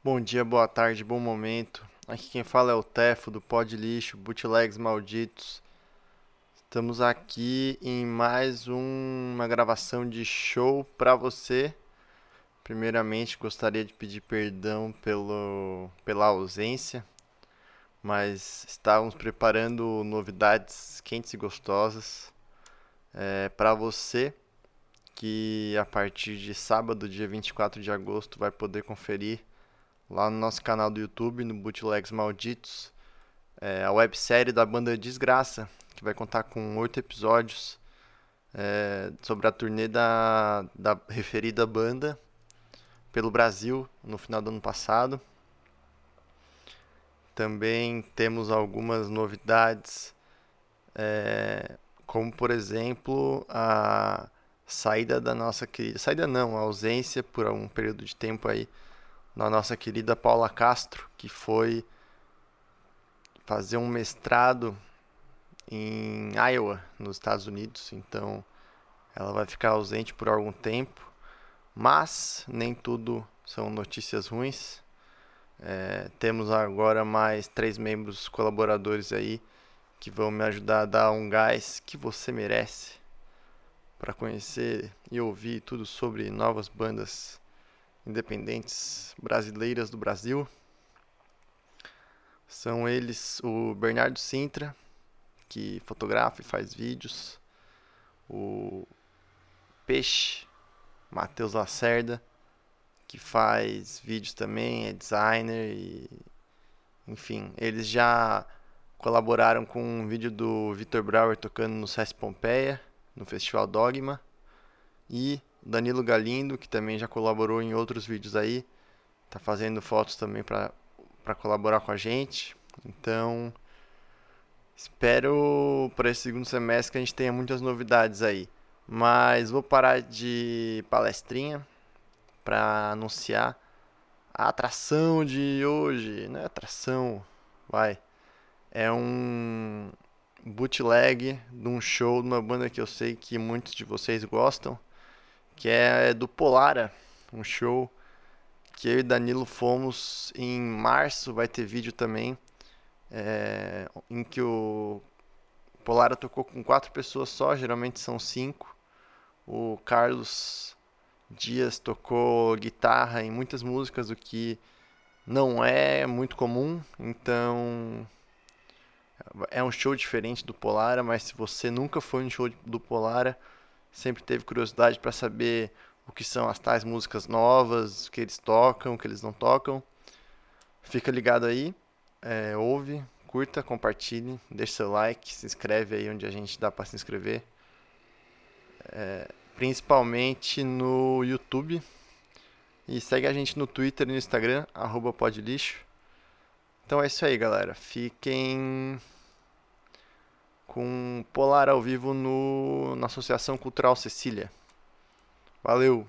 Bom dia, boa tarde, bom momento. Aqui quem fala é o Tefo do Pod Lixo, Bootlegs Malditos. Estamos aqui em mais uma gravação de show para você. Primeiramente, gostaria de pedir perdão pela ausência, mas estávamos preparando novidades quentes e gostosas para você que a partir de sábado, dia 24 de agosto, vai poder conferir lá no nosso canal do YouTube, no Bootlegs Malditos, a websérie da banda Desgraça, que vai contar com 8 episódios sobre a turnê da referida banda pelo Brasil no final do ano passado. Também temos algumas novidades, como por exemplo a saída da nossa querida, saída não, a ausência por um período de tempo aí da nossa querida Paula Castro, que foi fazer um mestrado em Iowa, nos Estados Unidos. Então ela vai ficar ausente por algum tempo, mas nem tudo são notícias ruins. Temos agora mais 3 membros colaboradores aí que vão me ajudar a dar um gás que você merece para conhecer e ouvir tudo sobre novas bandas independentes brasileiras do Brasil. São eles o Bernardo Sintra, que fotografa e faz vídeos, o Peixe, Matheus Lacerda, que faz vídeos também, é designer e enfim, eles já colaboraram com um vídeo do Vitor Brauer tocando no Sesc Pompeia, no Festival Dogma, e Danilo Galindo, que também já colaborou em outros vídeos aí, tá fazendo fotos também para colaborar com a gente. Então, espero para esse segundo semestre que a gente tenha muitas novidades aí. Mas vou parar de palestrinha para anunciar a atração de hoje. Não é atração, é um bootleg de um show de uma banda que eu sei que muitos de vocês gostam, que é do Polara, um show que eu e Danilo fomos em março. Vai ter vídeo também, em que o Polara tocou com 4 pessoas só, geralmente são 5. O Carlos Dias tocou guitarra em muitas músicas, o que não é muito comum. Então é um show diferente do Polara, mas se você nunca foi no show do Polara, sempre teve curiosidade para saber o que são as tais músicas novas, o que eles tocam, o que eles não tocam, fica ligado aí, ouve, curta, compartilhe, deixe seu like, se inscreve aí onde a gente dá para se inscrever, principalmente no YouTube, e segue a gente no Twitter e no Instagram, @podlixo. Então é isso aí, galera, fiquem com Polar ao vivo na Associação Cultural Cecília. Valeu!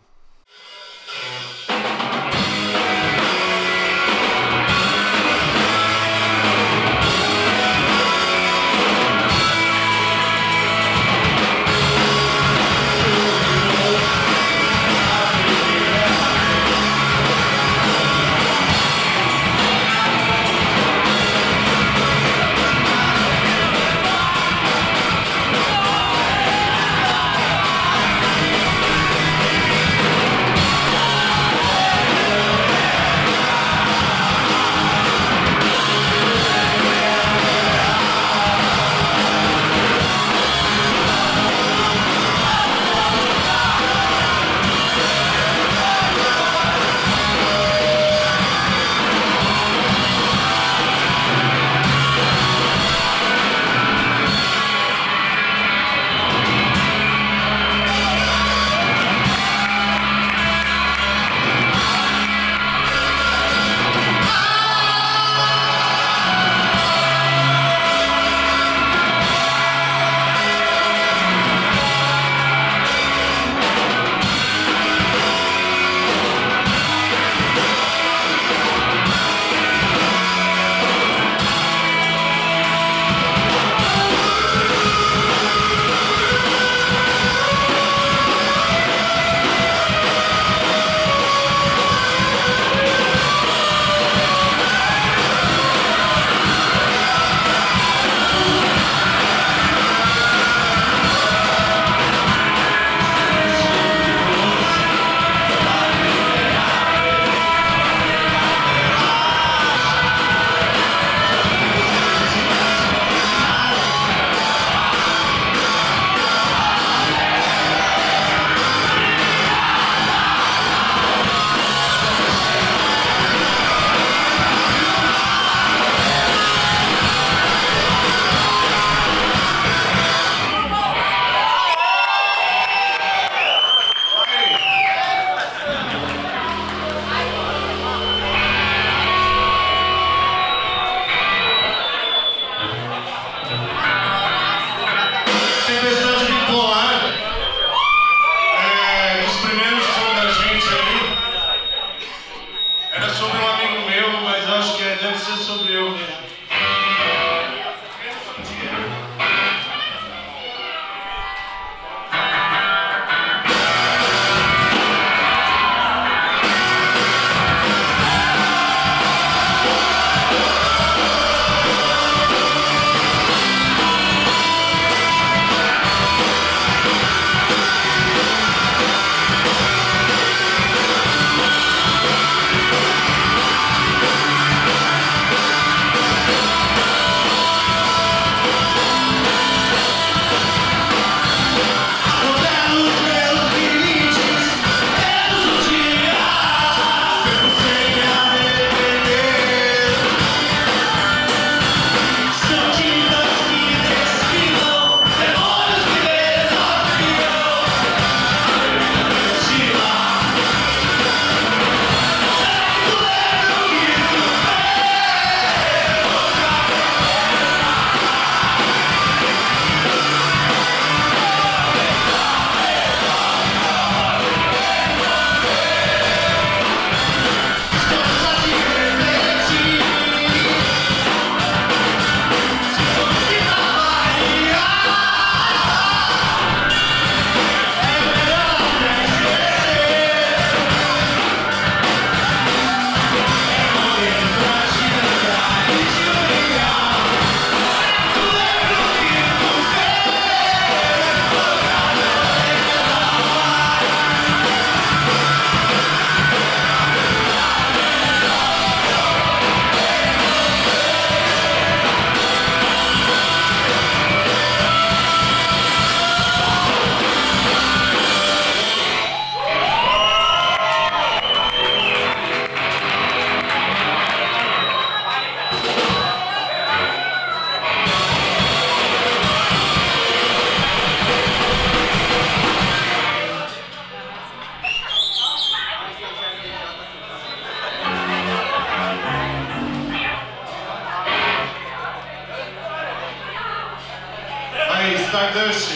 Kardashian.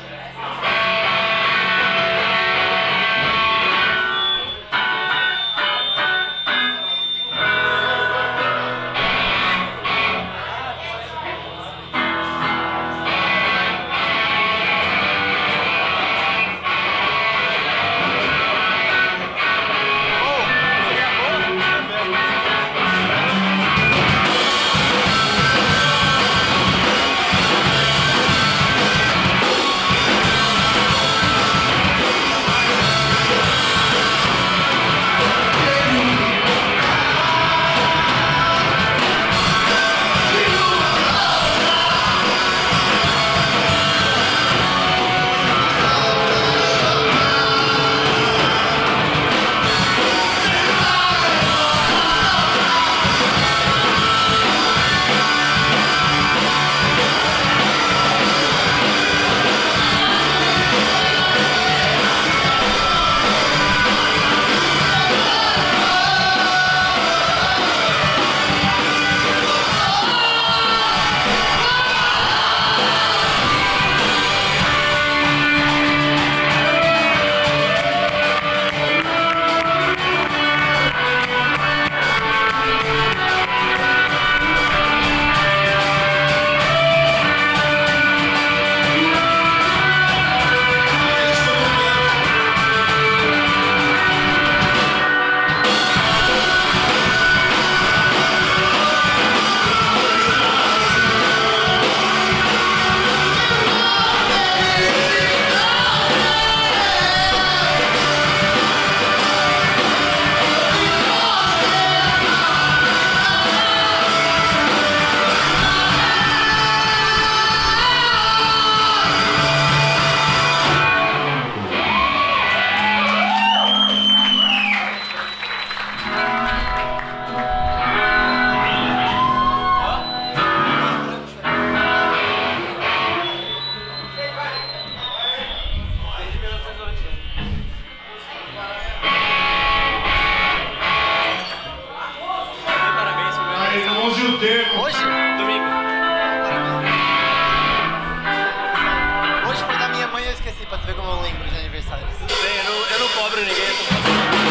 Hoje? Domingo. Hoje foi da minha mãe e eu esqueci, pra tu ver como eu lembro de aniversários. Eu não cobro ninguém, eu tô fazendo.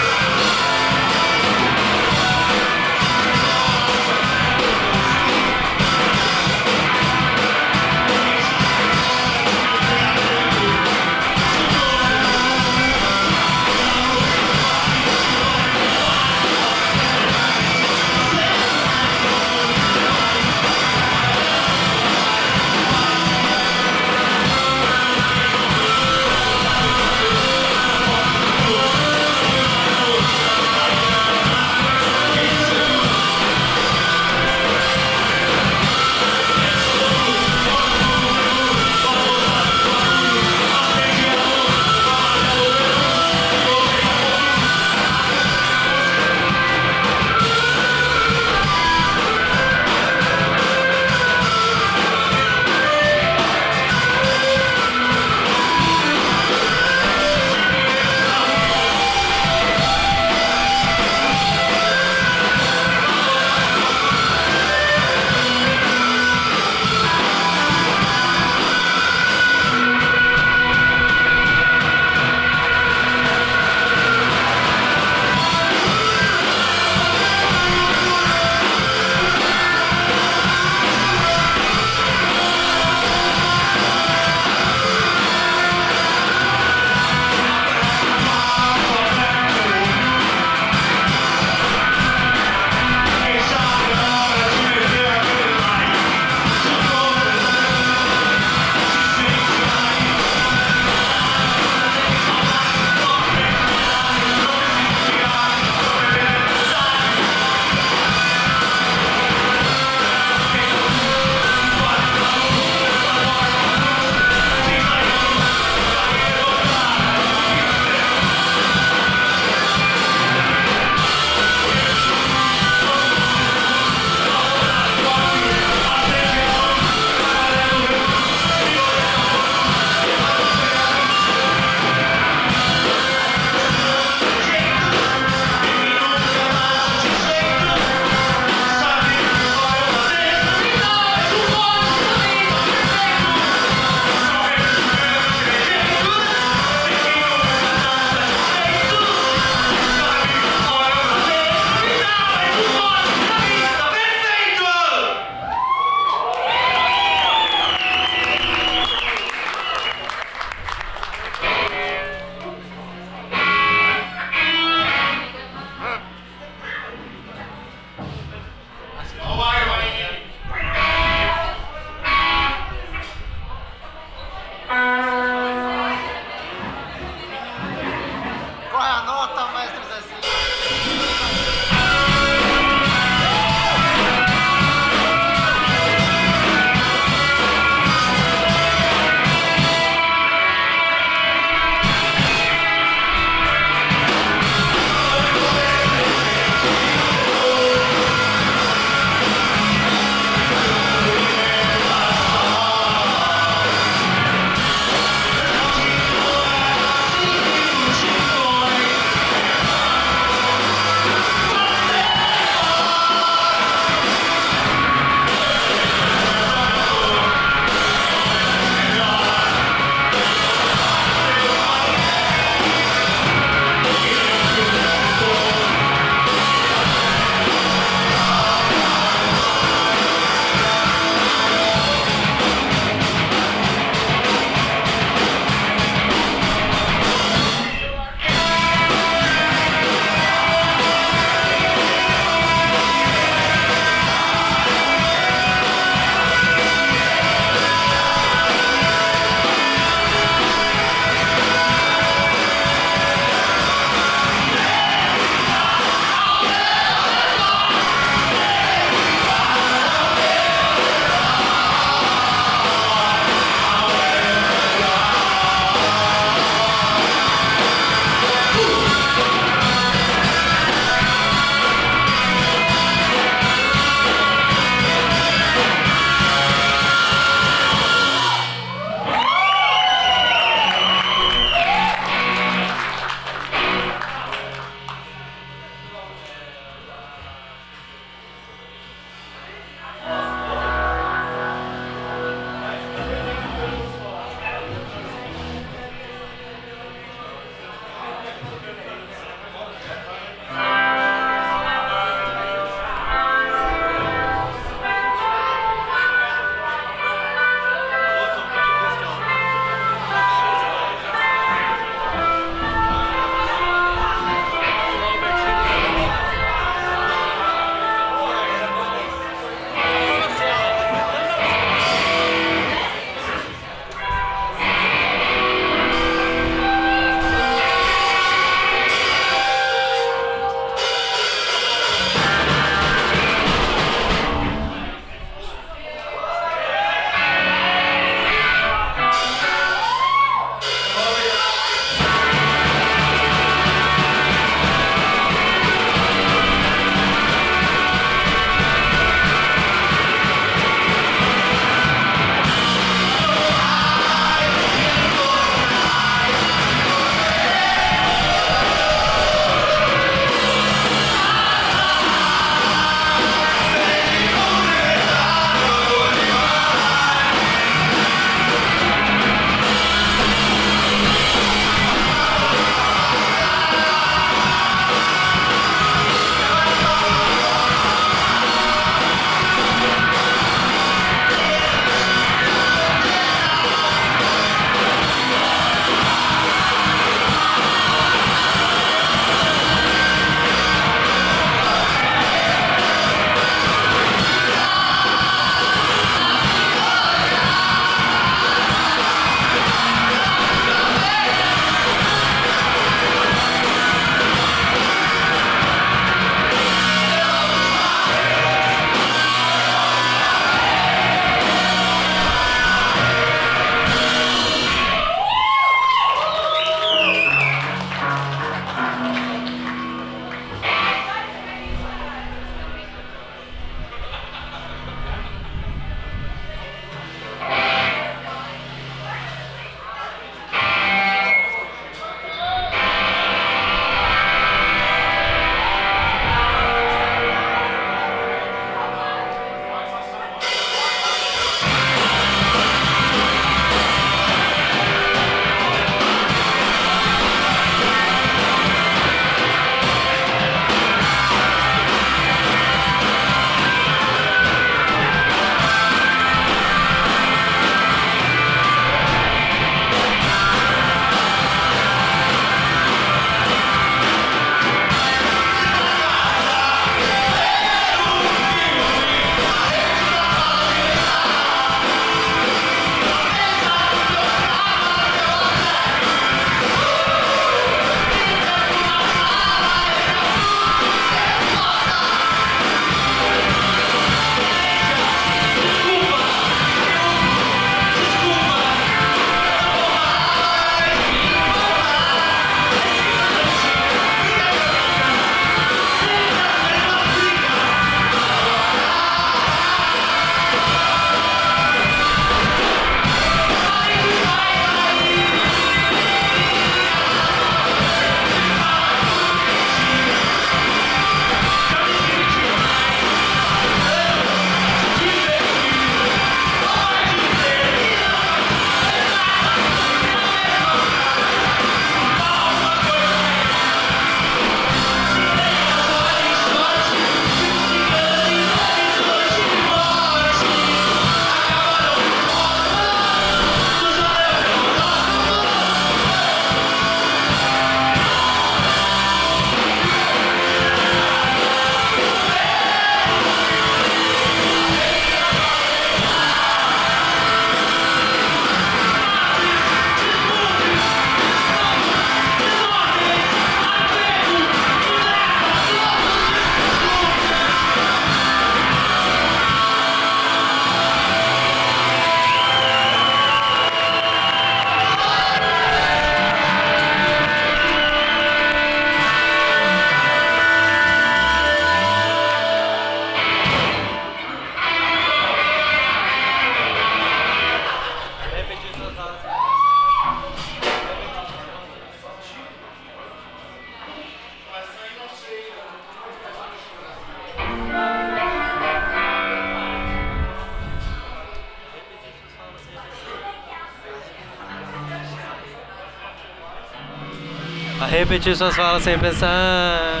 Repetir suas falas sem pensar.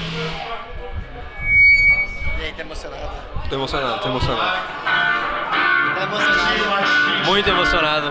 E aí, tá emocionado? Tô emocionado. Tá emocionado? Muito emocionado.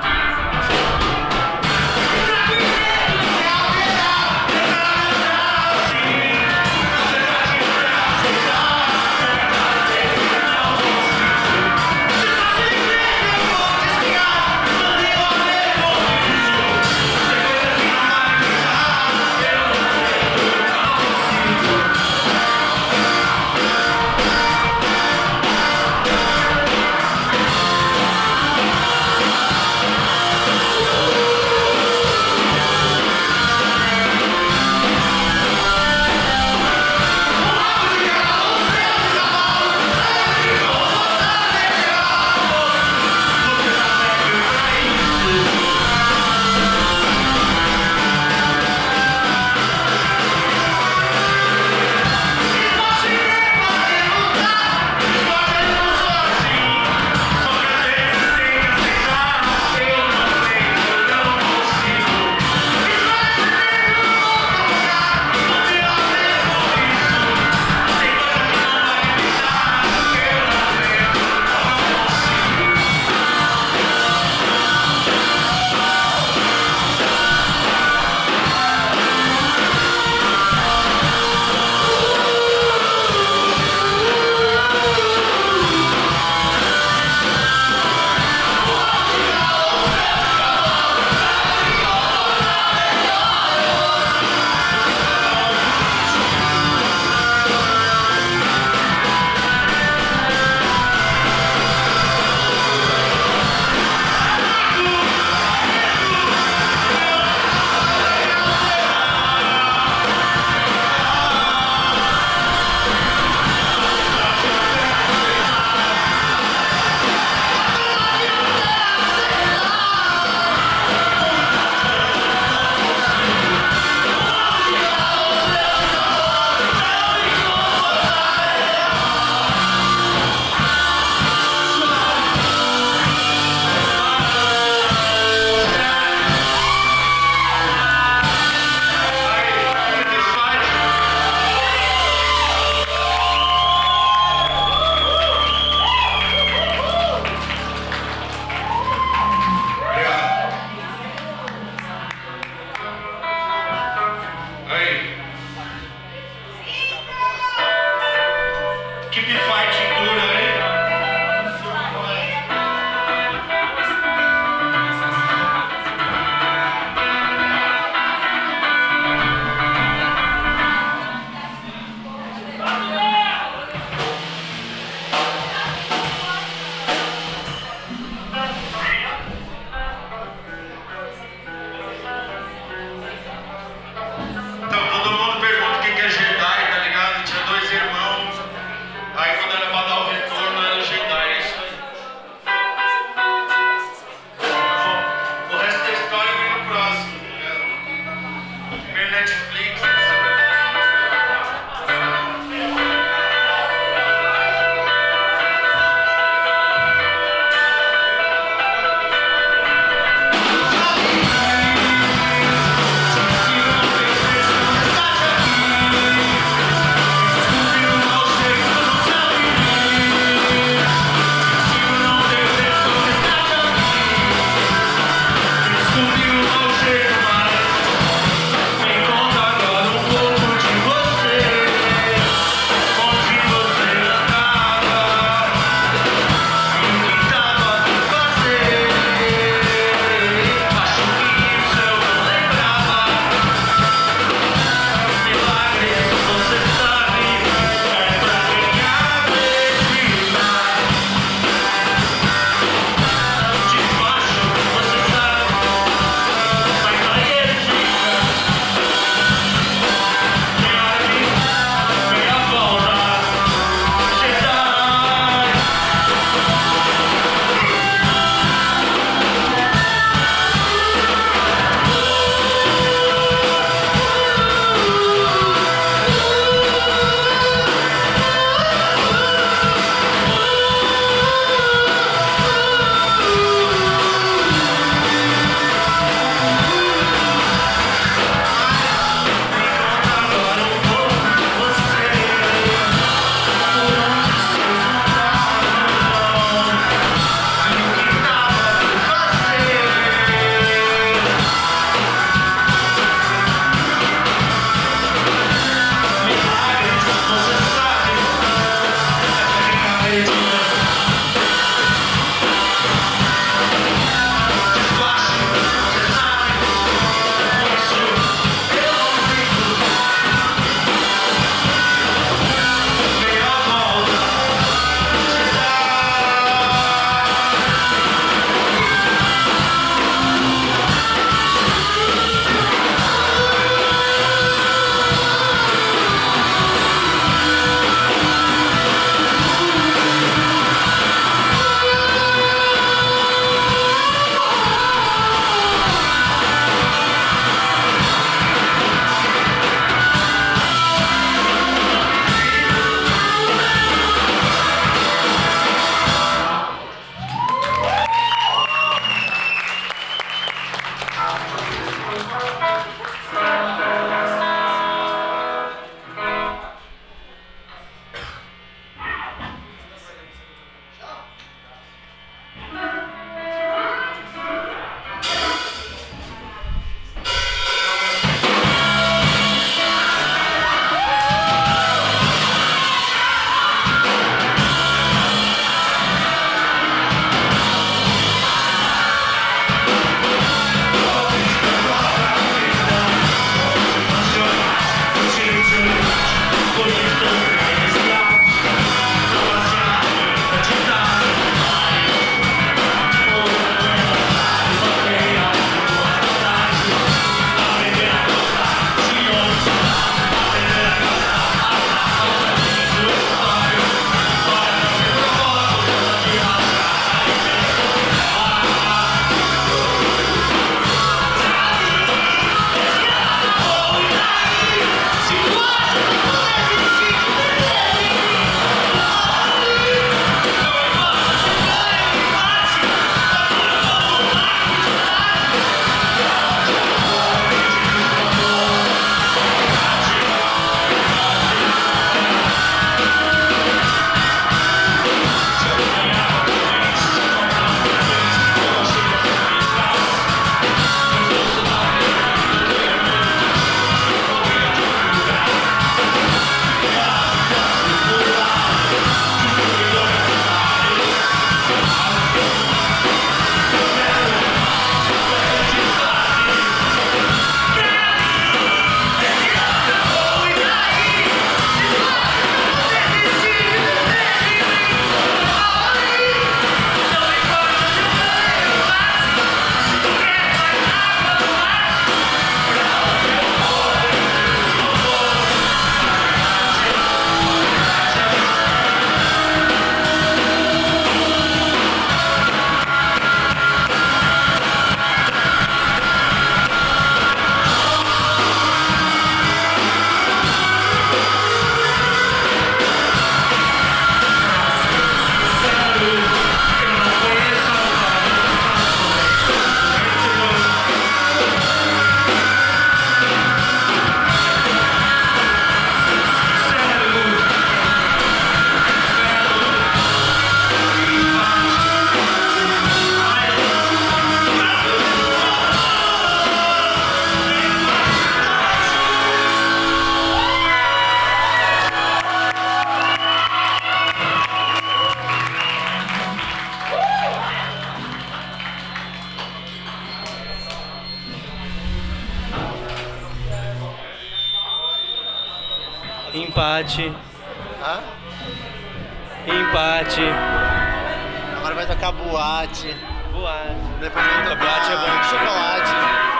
Empate. Hã? Empate. Agora vai tocar boate. Boate. Depois vai tocar Boate é bom. chocolate.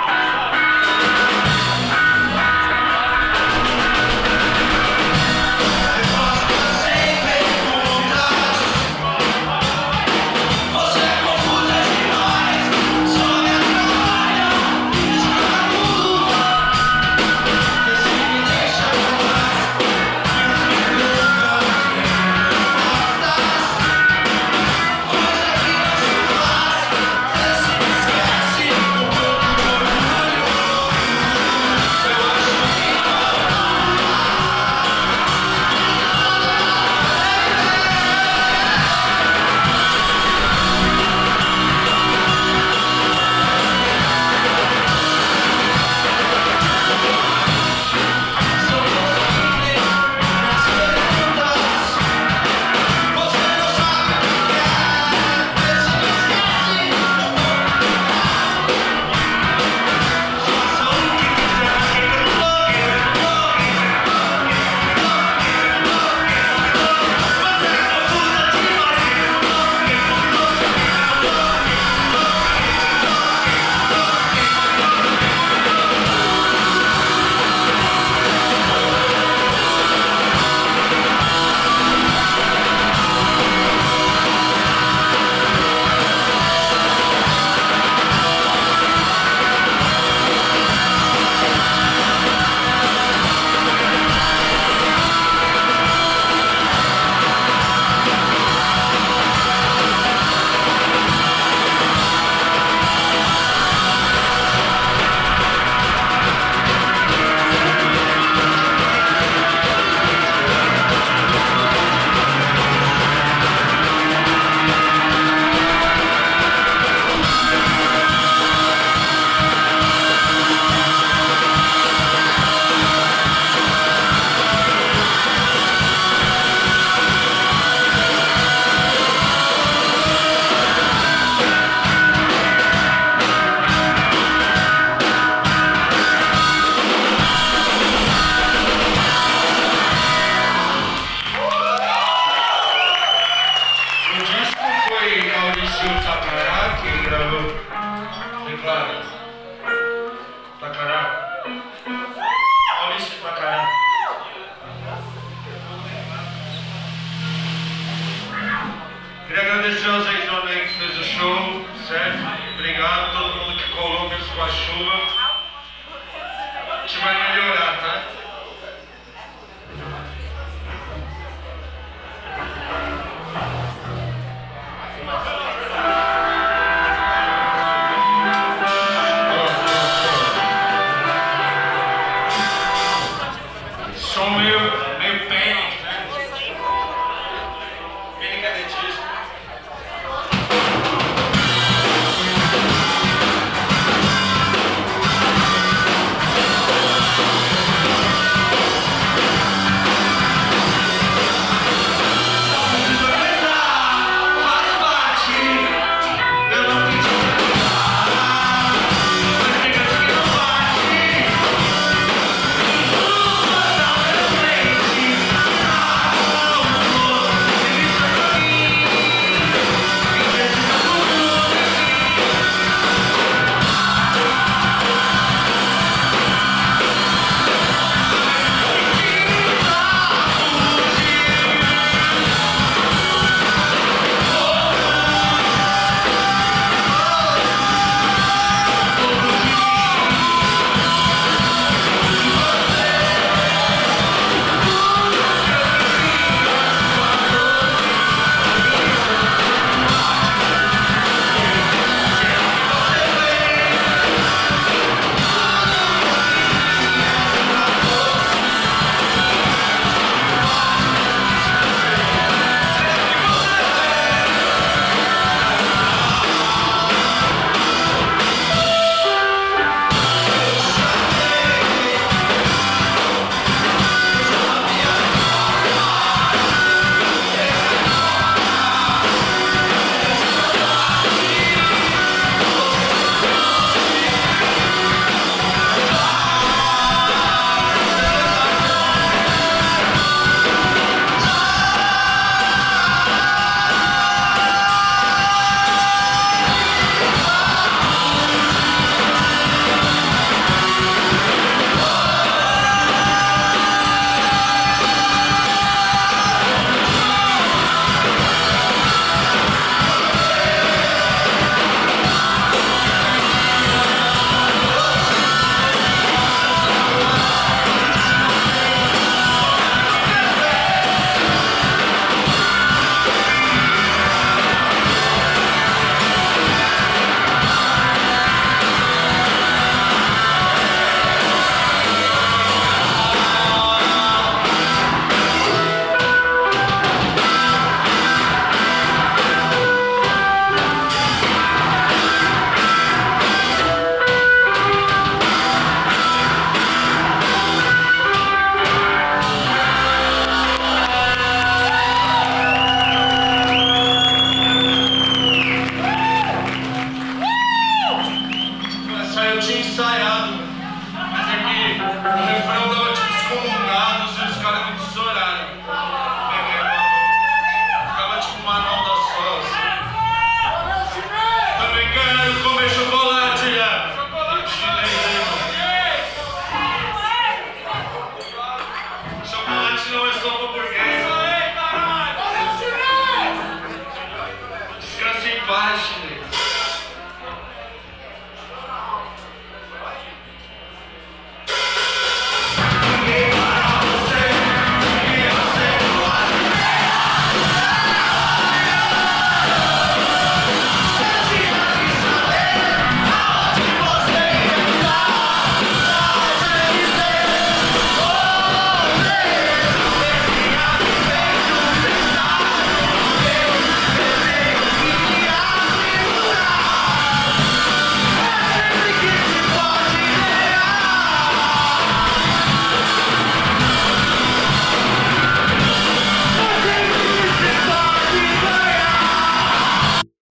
Queria agradecer ao Zeitona aí que fez o show, certo? Obrigado a todo mundo que colou mesmo com a chuva. A gente vai melhorar, tá?